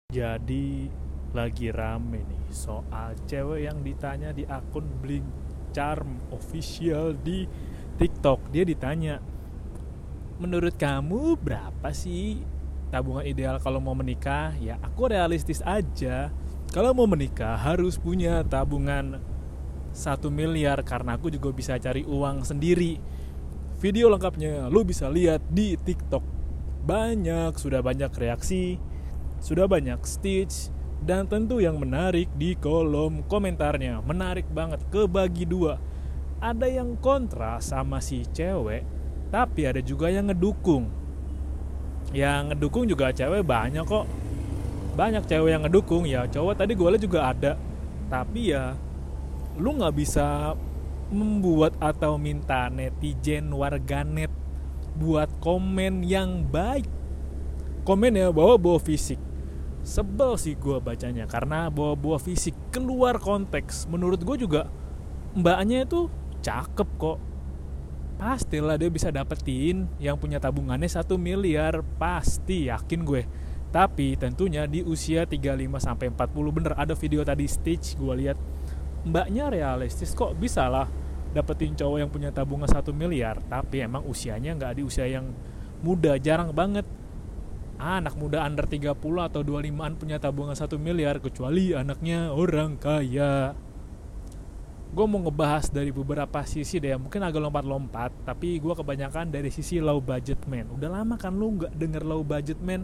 Jadi lagi rame nih soal cewek yang ditanya di akun Blink Charm official di TikTok. Dia ditanya, menurut kamu berapa sih tabungan ideal kalau mau menikah? Ya aku realistis aja. Kalau mau menikah harus punya tabungan 1 miliar karena aku juga bisa cari uang sendiri. Video lengkapnya lu bisa lihat di TikTok. Sudah banyak reaksi, sudah banyak stitch, dan tentu yang menarik di kolom komentarnya. Menarik banget, kebagi dua. Ada yang kontra sama si cewek, tapi ada juga yang ngedukung. Yang ngedukung juga cewek banyak kok. Banyak cewek yang ngedukung, ya cowok tadi gue liat juga ada. Tapi ya lu gak bisa membuat atau minta netizen warganet buat komen yang baik. Komennya bawa fisik. Sebel sih gue bacanya karena bawa fisik keluar konteks. Menurut gue juga mbaknya itu cakep kok. Pastilah dia bisa dapetin yang punya tabungannya 1 miliar. Pasti, yakin gue. Tapi tentunya di usia 35-40. Bener, ada video tadi Stitch gue lihat. Mbaknya realistis kok, bisa lah dapetin cowok yang punya tabungan 1 miliar. Tapi emang usianya gak di usia yang muda. Jarang banget anak muda under 30 atau 25an punya tabungan 1 miliar, kecuali anaknya orang kaya. Gue mau ngebahas dari beberapa sisi deh, mungkin agak lompat-lompat, tapi gue kebanyakan dari sisi low budget man. Udah lama kan lu gak denger low budget man.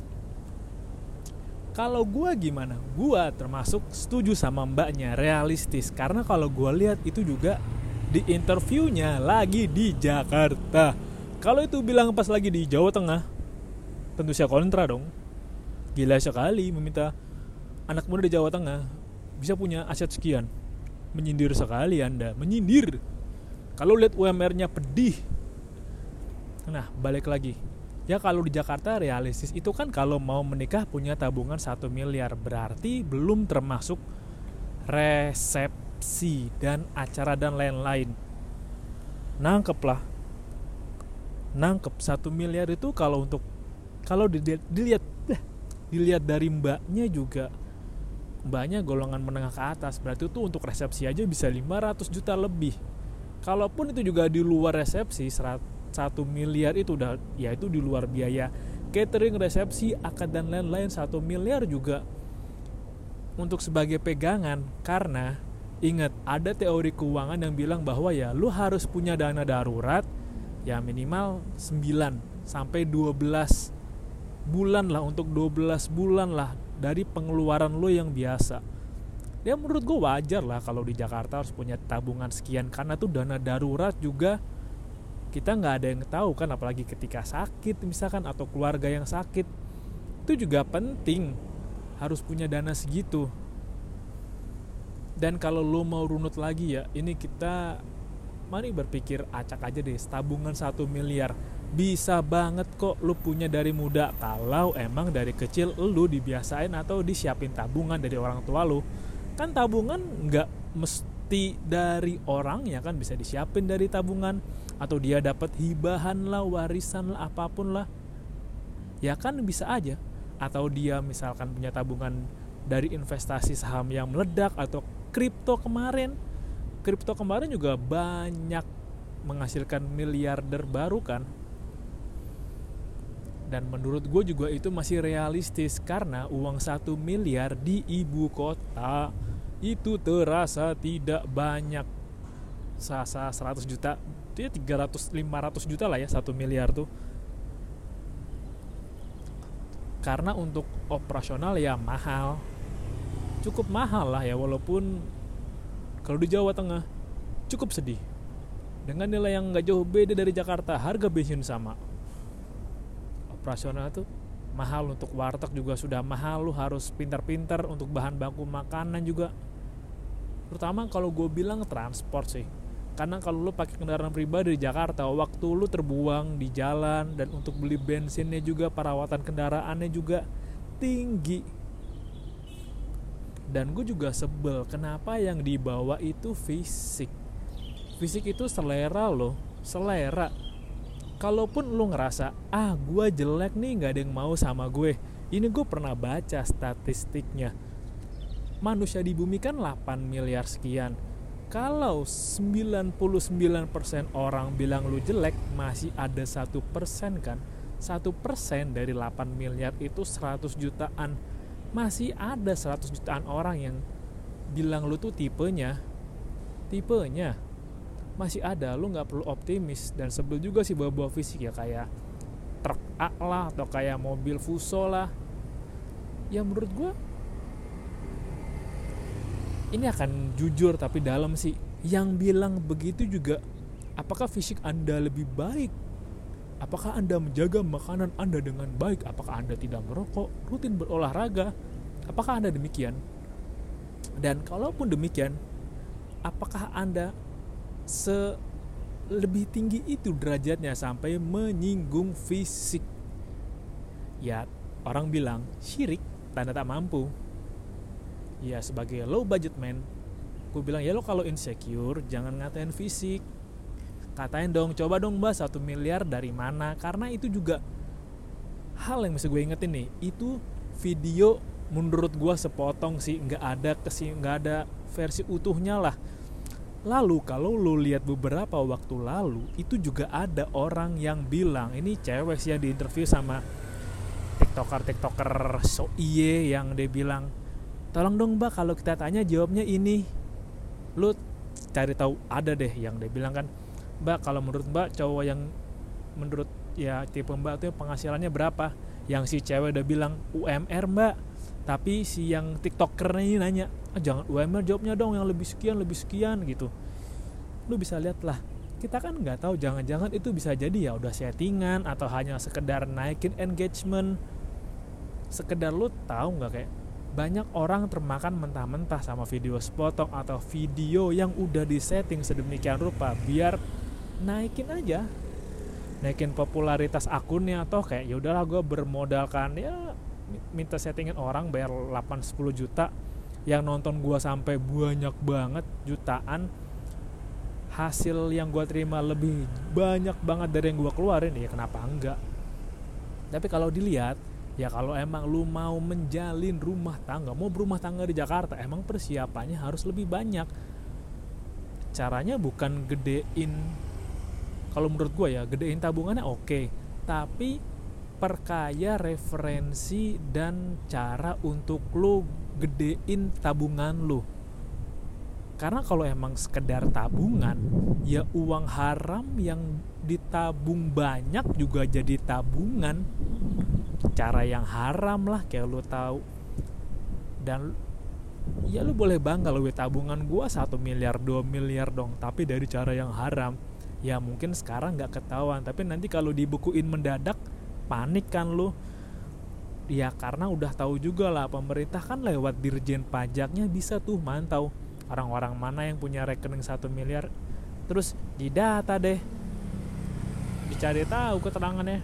Kalau gue gimana? Gue termasuk setuju sama mbaknya, realistis. Karena kalau gue lihat itu juga di interviewnya lagi di Jakarta. Kalau itu bilang pas lagi di Jawa Tengah, tentu saya kontra dong. Gila sekali meminta anak muda di Jawa Tengah bisa punya aset sekian. Menyindir sekali Anda, menyindir. Kalau lihat UMR-nya pedih. Nah, balik lagi. Ya kalau di Jakarta realistis itu kan kalau mau menikah punya tabungan 1 miliar. Berarti belum termasuk resepsi dan acara dan lain-lain. Nangkep 1 miliar itu kalau dilihat dari mbaknya juga, mbaknya golongan menengah ke atas, berarti itu untuk resepsi aja bisa 500 juta lebih. Kalaupun itu juga di luar resepsi, 1 miliar itu udah, ya itu di luar biaya catering, resepsi, akad dan lain-lain. 1 miliar juga untuk sebagai pegangan. Karena ingat, ada teori keuangan yang bilang bahwa ya lu harus punya dana darurat ya minimal 9-12 bulan lah, untuk 12 bulan lah dari pengeluaran lo yang biasa. Ya menurut gue wajar lah kalau di Jakarta harus punya tabungan sekian, karena tuh dana darurat juga kita gak ada yang tahu kan, apalagi ketika sakit misalkan atau keluarga yang sakit. Itu juga penting, harus punya dana segitu. Dan kalau lo mau runut lagi ya, ini kita mari berpikir acak aja deh, tabungan 1 miliar bisa banget kok lu punya dari muda. Kalau emang dari kecil lu dibiasain atau disiapin tabungan dari orang tua lu. Kan tabungan gak mesti dari orang ya kan, bisa disiapin dari tabungan, atau dia dapat hibahan lah, warisan lah, apapun lah, ya kan bisa aja. Atau dia misalkan punya tabungan dari investasi saham yang meledak, atau kripto kemarin juga banyak menghasilkan miliarder baru kan. Dan menurut gue juga itu masih realistis, karena uang 1 miliar di ibu kota itu terasa tidak banyak. Sasa 100 juta itu ya 300-500 juta lah ya 1 miliar tuh. Karena untuk operasional ya mahal, cukup mahal lah ya. Walaupun kalau di Jawa Tengah cukup sedih, dengan nilai yang gak jauh beda dari Jakarta, harga bensin sama. Operasional tuh mahal, untuk warteg juga sudah mahal, lu harus pintar-pintar untuk bahan baku makanan juga. Terutama kalau gue bilang transport sih, karena kalau lu pakai kendaraan pribadi di Jakarta, waktu lu terbuang di jalan, dan untuk beli bensinnya juga, perawatan kendaraannya juga tinggi. Dan gue juga sebel kenapa yang dibawa itu fisik itu selera loh, selera. Kalaupun lu ngerasa gue jelek nih, gak ada yang mau sama gue, Ini gue pernah baca statistiknya. Manusia di bumi kan 8 miliar sekian. Kalau 99% orang bilang lu jelek, masih ada 1% kan. 1% dari 8 miliar itu 100 jutaan. Masih ada 100 jutaan orang yang bilang lu tuh tipenya. Masih ada, lu gak perlu optimis. Dan sebel juga sih bawa-bawa fisik ya, kayak truk A lah, atau kayak mobil Fuso lah. Ya menurut gue ini akan jujur tapi dalam sih. Yang bilang begitu juga, apakah fisik Anda lebih baik? Apakah Anda menjaga makanan Anda dengan baik? Apakah Anda tidak merokok, rutin berolahraga? Apakah Anda demikian? Dan kalaupun demikian, apakah Anda lebih tinggi itu derajatnya sampai menyinggung fisik? Ya, orang bilang syirik, tanda tak mampu. Ya, sebagai low budget man, gue bilang ya lo kalau insecure jangan ngatain fisik. Katain dong, coba dong mbak 1 miliar dari mana? Karena itu juga hal yang mesti gue ingetin nih. Itu video menurut gue sepotong sih, nggak ada versi utuhnya lah. Lalu kalau lo lihat beberapa waktu lalu, itu juga ada orang yang bilang, ini cewek sih yang diinterview sama tiktoker so iye, yang dia bilang, tolong dong mbak kalau kita tanya jawabnya ini. Lu cari tahu, ada deh yang dia bilang kan, mbak kalau menurut mbak cowok yang menurut ya tipe mbak tuh penghasilannya berapa? Yang si cewek udah bilang UMR mbak. Tapi si yang tiktoker ini nanya, jangan UMR, jawabnya dong yang lebih sekian gitu. Lu bisa lihat lah, kita kan nggak tahu, jangan-jangan itu bisa jadi ya udah settingan atau hanya sekedar naikin engagement. Sekedar lu tahu nggak, kayak banyak orang termakan mentah-mentah sama video sepotong atau video yang udah disetting sedemikian rupa biar naikin aja, naikin popularitas akunnya. Atau kayak ya udahlah gue bermodalkan ya minta settingan orang bayar 8-10 juta, yang nonton gue sampai banyak banget jutaan, hasil yang gue terima lebih banyak banget dari yang gue keluarin, ya kenapa enggak. Tapi kalau dilihat, ya kalau emang lu mau menjalin rumah tangga, mau berumah tangga di Jakarta, emang persiapannya harus lebih banyak. Caranya bukan gedein, kalau menurut gue ya gedein tabungannya oke, tapi perkaya referensi dan cara untuk lu gedein tabungan lu. Karena kalau emang sekedar tabungan, ya uang haram yang ditabung banyak juga jadi tabungan. Cara yang haram lah, kayak lu tahu. Dan ya lu boleh bangga, lu tabungan gua 1 miliar 2 miliar dong, tapi dari cara yang haram. Ya mungkin sekarang gak ketahuan, tapi nanti kalau dibukuin mendadak, panik kan lu. Ya karena udah tahu juga lah, pemerintah kan lewat dirjen pajaknya bisa tuh mantau orang-orang mana yang punya rekening 1 miliar. Terus didata deh, dicari tahu keterangannya.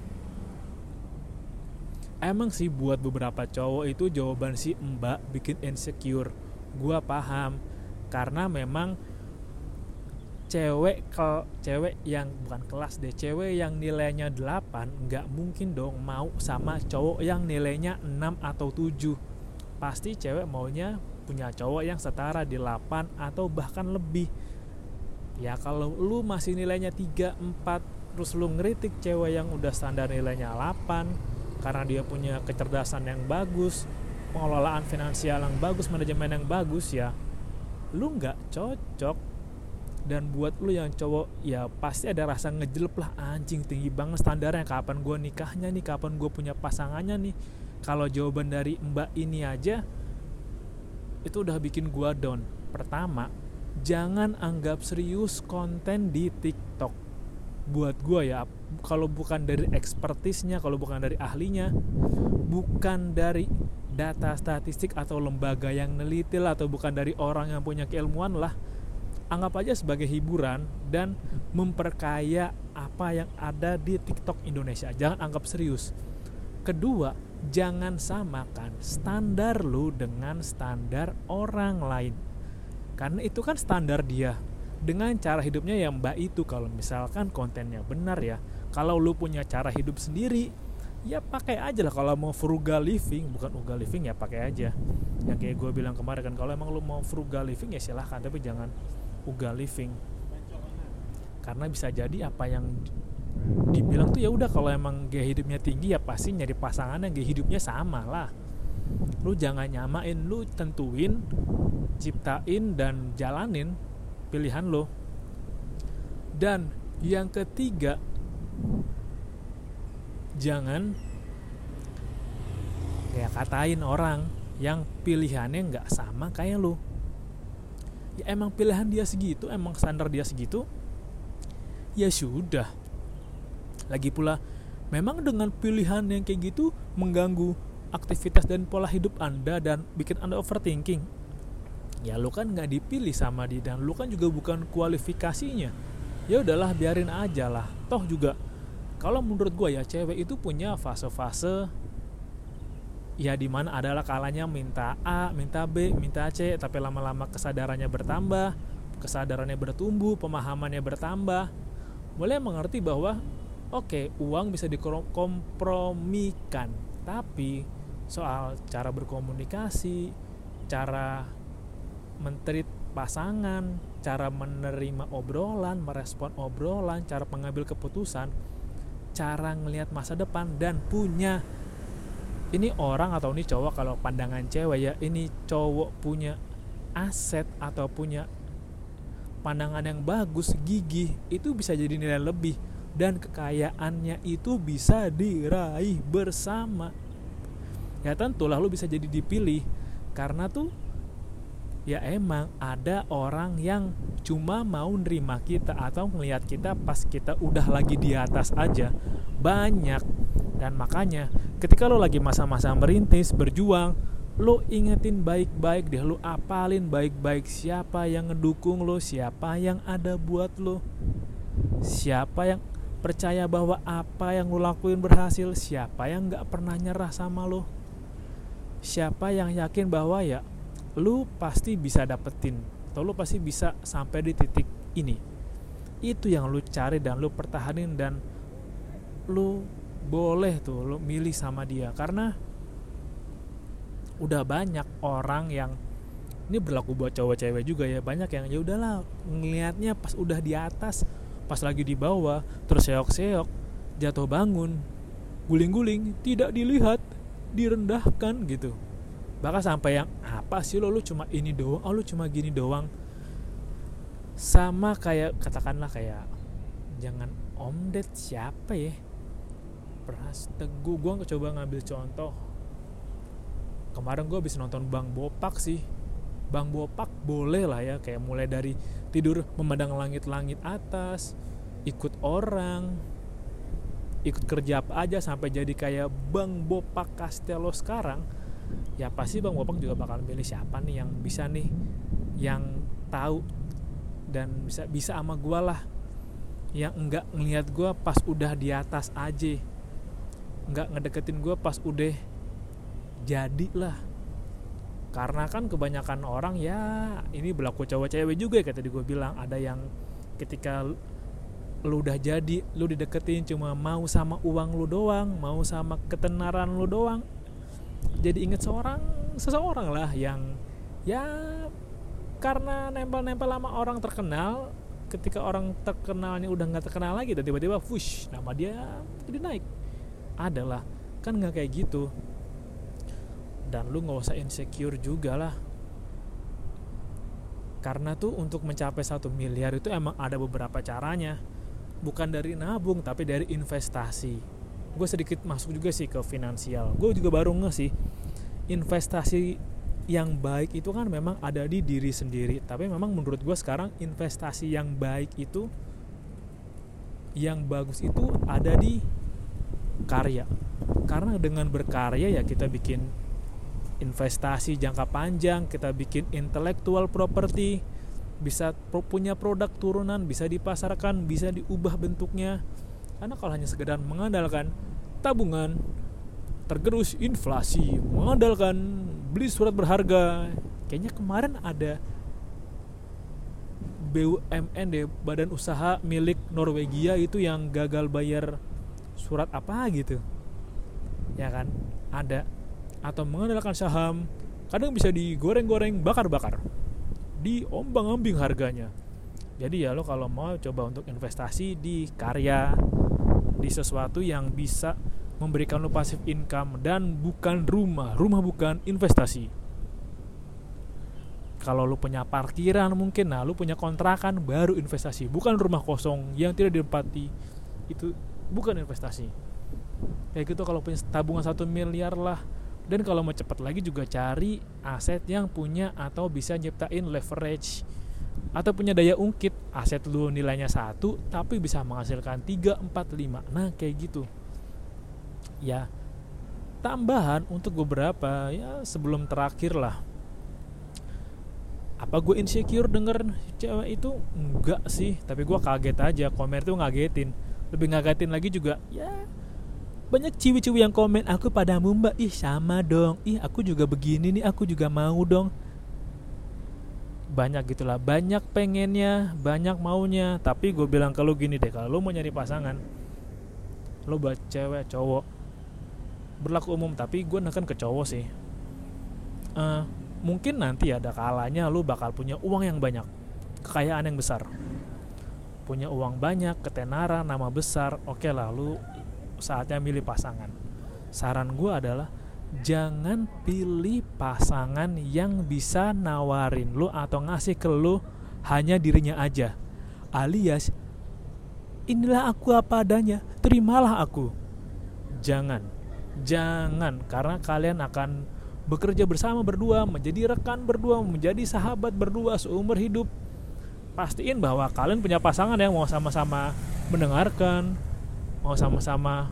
Emang sih buat beberapa cowok itu jawaban si mbak bikin insecure. Gua paham, karena memang cewek yang bukan kelas deh, cewek yang nilainya 8 nggak mungkin dong mau sama cowok yang nilainya 6 atau 7. Pasti cewek maunya punya cowok yang setara di 8 atau bahkan lebih. Ya kalau lu masih nilainya 3, 4, terus lu ngeritik cewek yang udah standar nilainya 8 karena dia punya kecerdasan yang bagus, pengelolaan finansial yang bagus, manajemen yang bagus, ya lu nggak cocok. Dan buat lu yang cowok, ya pasti ada rasa ngejelep lah, anjing tinggi banget standarnya, kapan gue nikahnya nih, kapan gue punya pasangannya nih. Kalau jawaban dari mbak ini aja itu udah bikin gue down. Pertama, jangan anggap serius konten di TikTok. Buat gue ya, kalau bukan dari ekspertisnya, kalau bukan dari ahlinya, bukan dari data statistik atau lembaga yang neliti lah, atau bukan dari orang yang punya keilmuan lah, anggap aja sebagai hiburan dan memperkaya apa yang ada di TikTok Indonesia. Jangan anggap serius. Kedua, jangan samakan standar lu dengan standar orang lain. Karena itu kan standar dia dengan cara hidupnya yang mbak itu. Kalau misalkan kontennya benar ya, kalau lu punya cara hidup sendiri, ya pakai aja lah. Kalau mau frugal living, bukan ugal living, ya pakai aja yang kayak gue bilang kemarin kan. Kalau emang lu mau frugal living ya silahkan, tapi jangan ugal living, karena bisa jadi apa yang dibilang tuh ya udah, kalau emang gaya hidupnya tinggi ya pasti nyari pasangan yang gaya hidupnya sama lah. Lu jangan nyamain, lu tentuin, ciptain dan jalanin pilihan lo. Dan yang ketiga, jangan kayak katain orang yang pilihannya nggak sama kayak lo. Ya emang pilihan dia segitu, emang standar dia segitu, ya sudah. Lagi pula memang dengan pilihan yang kayak gitu mengganggu aktivitas dan pola hidup Anda dan bikin Anda overthinking, ya lu kan nggak dipilih sama dia, dan lu kan juga bukan kualifikasinya. Ya udahlah, biarin aja lah. Toh juga kalau menurut gue ya, cewek itu punya fase-fase ya dimana adalah kalanya minta A, minta B, minta C, tapi lama-lama kesadarannya bertambah, kesadarannya bertumbuh, pemahamannya bertambah, mulai mengerti bahwa oke, uang bisa dikompromikan, tapi soal cara berkomunikasi, cara men-treat pasangan, cara menerima obrolan, merespon obrolan, cara mengambil keputusan, cara ngelihat masa depan, dan punya, ini orang atau ini cowok, kalau pandangan cewek ya, ini cowok punya aset atau punya pandangan yang bagus, gigih, itu bisa jadi nilai lebih, dan kekayaannya itu bisa diraih bersama. Ya tentulah lu bisa jadi dipilih, karena tuh ya emang ada orang yang cuma mau nerima kita atau ngelihat kita pas kita udah lagi di atas aja, banyak. Dan makanya ketika lo lagi masa-masa merintis, berjuang, lo ingetin baik-baik deh, lo apalin baik-baik siapa yang ngedukung lo, siapa yang ada buat lo, siapa yang percaya bahwa apa yang lo lakuin berhasil, siapa yang gak pernah nyerah sama lo, siapa yang yakin bahwa ya lu pasti bisa dapetin atau lu pasti bisa sampai di titik ini. Itu yang lu cari dan lu pertahanin, dan lu boleh tuh lu milih sama dia. Karena udah banyak orang yang, ini berlaku buat cowok cewek juga ya, banyak yang ya udahlah ngelihatnya pas udah di atas, pas lagi di bawah terus seok-seok, jatuh bangun, guling-guling, tidak dilihat, direndahkan gitu. Bahkan sampai yang apa sih lo cuma ini doang, lu cuma gini doang. Sama kayak katakanlah kayak jangan Om Ded siapa ya, Pras Teguh, gue coba ngambil contoh. Kemarin gue habis nonton Bang Bopak sih. Bang Bopak boleh lah ya, kayak mulai dari tidur memandang langit-langit atas, ikut orang, ikut kerja apa aja, sampai jadi kayak Bang Bopak Castello sekarang. Ya pasti Bang Bopak juga bakal milih siapa nih yang bisa nih, yang tahu dan bisa sama gue lah, yang enggak ngelihat gue pas udah di atas aja, enggak ngedeketin gue pas udah jadi lah. Karena kan kebanyakan orang ya, ini berlaku cowok cewek juga ya, kayak tadi gue bilang, ada yang ketika lu udah jadi, lu dideketin cuma mau sama uang lu doang, mau sama ketenaran lu doang. Jadi inget seseorang lah yang ya karena nempel-nempel sama orang terkenal, ketika orang terkenalnya udah nggak terkenal lagi dan tiba-tiba fush, nama dia jadi naik. Adalah kan nggak kayak gitu. Dan lu nggak usah insecure juga lah, karena tuh untuk mencapai 1 miliar itu emang ada beberapa caranya, bukan dari nabung tapi dari investasi. Gue sedikit masuk juga sih ke finansial. Gue juga baru nge sih, investasi yang baik itu kan memang ada di diri sendiri. Tapi memang menurut gue sekarang investasi yang baik itu, yang bagus itu ada di karya. Karena dengan berkarya ya kita bikin investasi jangka panjang, kita bikin intellectual property, bisa punya produk turunan, bisa dipasarkan, bisa diubah bentuknya. Karena kalau hanya sekedar mengandalkan tabungan, tergerus inflasi, mengandalkan beli surat berharga, kayaknya kemarin ada BUMN deh, badan usaha milik Norwegia itu yang gagal bayar surat apa gitu. ya kan, ada. Atau mengandalkan saham, kadang bisa digoreng-goreng, bakar-bakar, diombang-ambing harganya. Jadi ya lo kalau mau coba untuk investasi di karya, di sesuatu yang bisa memberikan lo passive income, dan bukan rumah bukan investasi. Kalau lo punya parkiran mungkin, nah lo punya kontrakan, baru investasi. Bukan rumah kosong yang tidak ditempati, itu bukan investasi. Kayak gitu kalau punya tabungan 1 miliar lah. Dan kalau mau cepat lagi juga cari aset yang punya atau bisa nyiptain leverage, atau punya daya ungkit. Aset lu nilainya 1 tapi bisa menghasilkan 3, 4, 5. Nah kayak gitu ya. Tambahan untuk beberapa ya sebelum terakhir lah, apa gue insecure denger cewek itu? Enggak sih, tapi gue kaget aja. Komen tuh ngagetin. Lebih ngagetin lagi juga ya, banyak ciwi-ciwi yang komen, aku padamu mbak, ih sama dong, ih aku juga begini nih, aku juga mau dong. Banyak gitulah, banyak pengennya, banyak maunya. Tapi gue bilang ke lu gini deh, kalau lu mau nyari pasangan, lu buat cewek cowok berlaku umum, tapi gue neken ke cowok sih. Mungkin nanti ada kalanya lu bakal punya uang yang banyak, kekayaan yang besar, punya uang banyak, ketenaran, nama besar. Oke lah, lu saatnya milih pasangan. Saran gue adalah jangan pilih pasangan yang bisa nawarin lu atau ngasih ke lu hanya dirinya aja, alias inilah aku apa adanya, terimalah aku. Jangan, karena kalian akan bekerja bersama berdua, menjadi rekan berdua, menjadi sahabat berdua seumur hidup. Pastiin bahwa kalian punya pasangan yang mau sama-sama mendengarkan, mau sama-sama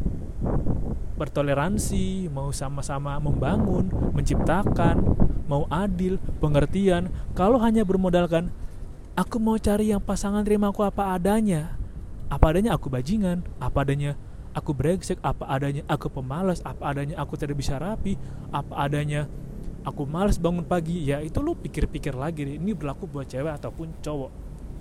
bertoleransi, mau sama-sama membangun, menciptakan, mau adil, pengertian. Kalau hanya bermodalkan aku mau cari yang pasangan terima aku apa adanya aku bajingan, apa adanya aku brengsek, apa adanya aku pemalas, apa adanya aku tidak bisa rapi, apa adanya aku malas bangun pagi, ya itu lu pikir-pikir lagi. Ini berlaku buat cewek ataupun cowok.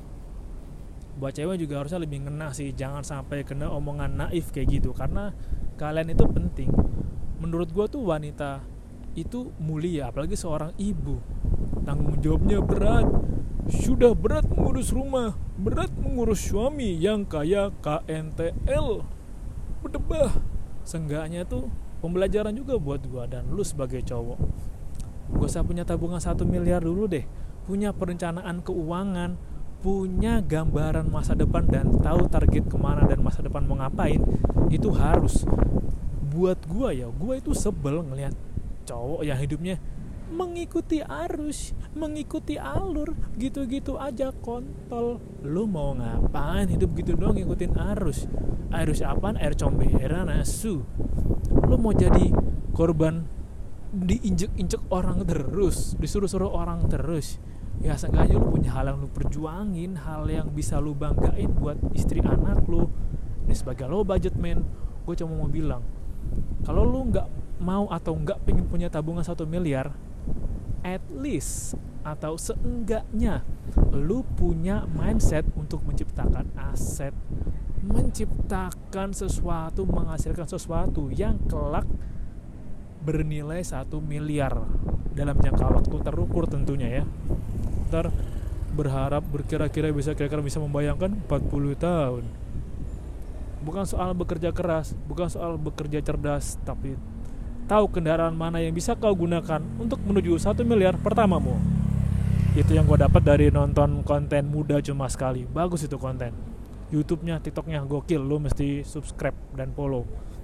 Buat cewek juga harusnya lebih ngena sih, jangan sampai kena omongan naif kayak gitu, karena kalian itu penting. Menurut gue tuh wanita itu mulia, apalagi seorang ibu. Tanggung jawabnya berat, sudah berat mengurus rumah, berat mengurus suami yang kaya KNTL, berdebah. Seenggaknya tuh pembelajaran juga buat gue dan lu sebagai cowok. Gak usah punya tabungan 1 miliar dulu deh, punya perencanaan keuangan, punya gambaran masa depan dan tahu target kemana dan masa depan mau ngapain. Itu harus. Buat gue ya, gue itu sebel ngelihat cowok yang hidupnya mengikuti arus, mengikuti alur, gitu-gitu aja, kontol. Lu mau ngapain hidup gitu doang ngikutin arus? Arus apaan? Air comberan asu. Lu mau jadi korban diinjek-injek orang terus, disuruh-suruh orang terus. Ya seenggaknya lu punya hal yang lu perjuangin, hal yang bisa lu banggain buat istri anak lu. Ini sebagai low budget man, gue cuma mau bilang, kalau lu gak mau atau gak pengen punya tabungan 1 miliar, at least atau seenggaknya lu punya mindset untuk menciptakan aset, menciptakan sesuatu, menghasilkan sesuatu yang kelak bernilai 1 miliar dalam jangka waktu terukur tentunya ya. Ntar berharap kira-kira bisa membayangkan 40 tahun. Bukan soal bekerja keras, bukan soal bekerja cerdas, tapi tahu kendaraan mana yang bisa kau gunakan untuk menuju 1 miliar pertamamu. Itu yang gue dapat dari nonton konten muda cuma sekali. Bagus itu konten. YouTube-nya, TikTok-nya gokil. Lu mesti subscribe dan follow.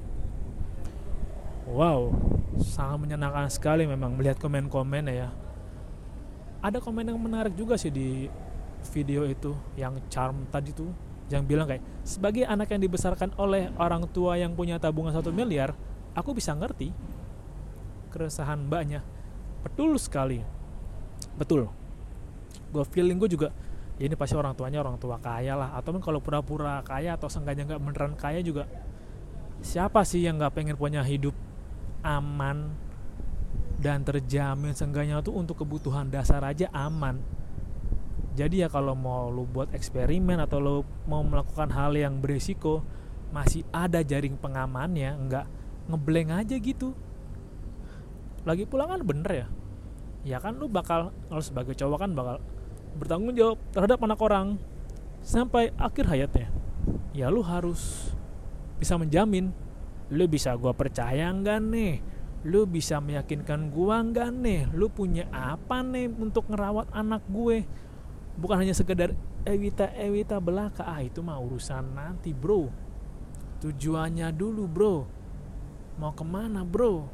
Wow, sangat menyenangkan sekali memang melihat komen-komen ya. Ada komen yang menarik juga sih di video itu, yang charm tadi tuh, yang bilang kayak, sebagai anak yang dibesarkan oleh orang tua yang punya tabungan 1 miliar, aku bisa ngerti keresahan mbaknya. Betul sekali, betul. Gue feeling gue juga, ya ini pasti orang tuanya orang tua kaya lah, atau kalau pura-pura kaya atau seenggaknya nggak beneran kaya juga. Siapa sih yang nggak pengen punya hidup aman dan terjamin, seenggaknya tuh untuk kebutuhan dasar aja aman. Jadi ya kalau mau lu buat eksperimen atau lu mau melakukan hal yang berisiko, masih ada jaring pengamannya, ngeblank aja gitu. Lagi pula kan bener ya kan lu bakal, kalau sebagai cowok kan bakal bertanggung jawab terhadap anak orang sampai akhir hayatnya. Ya lu harus bisa menjamin, lu bisa gua percaya nggak nih, lu bisa meyakinkan gua nggak nih, lu punya apa nih untuk ngerawat anak gue. Bukan hanya sekedar Ewita belaka, itu mah urusan nanti bro. Tujuannya dulu bro, mau kemana bro,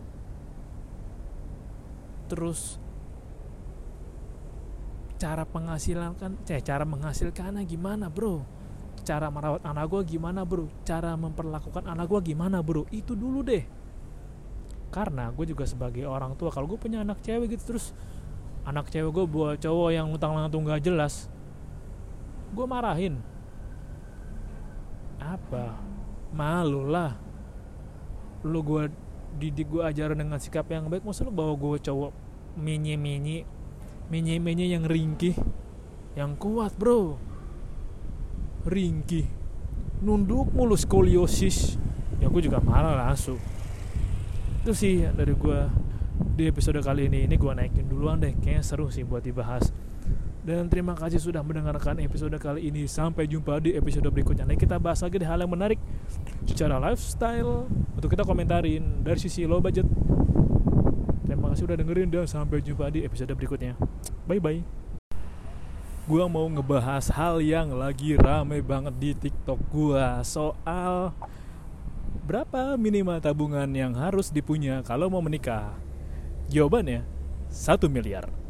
terus cara menghasilkannya gimana bro, cara merawat anak gue gimana bro, cara memperlakukan anak gue gimana bro, itu dulu deh. Karena gue juga sebagai orang tua, kalau gue punya anak cewek gitu, terus anak cewek gue buat cowok yang luntang-lantung gak jelas, gue marahin apa, malu lah. Lu gue didik, gue ajarin dengan sikap yang baik, masa lu bawa gue cowok menye yang ringkih, yang kuat bro, ringkih, nunduk mulu, skoliosis, ya gue juga marah langsung. Itu sih dari gue di episode kali ini gue naikin duluan deh, kayaknya seru sih buat dibahas. Dan terima kasih sudah mendengarkan episode kali ini. Sampai jumpa di episode berikutnya. Nanti kita bahas lagi di hal yang menarik secara lifestyle untuk kita komentarin dari sisi low budget. Terima kasih udah dengerin dan sampai jumpa di episode berikutnya. Bye bye. Gua mau ngebahas hal yang lagi rame banget di TikTok gua, soal berapa minimal tabungan yang harus dipunya kalau mau menikah. Jawabannya 1 miliar.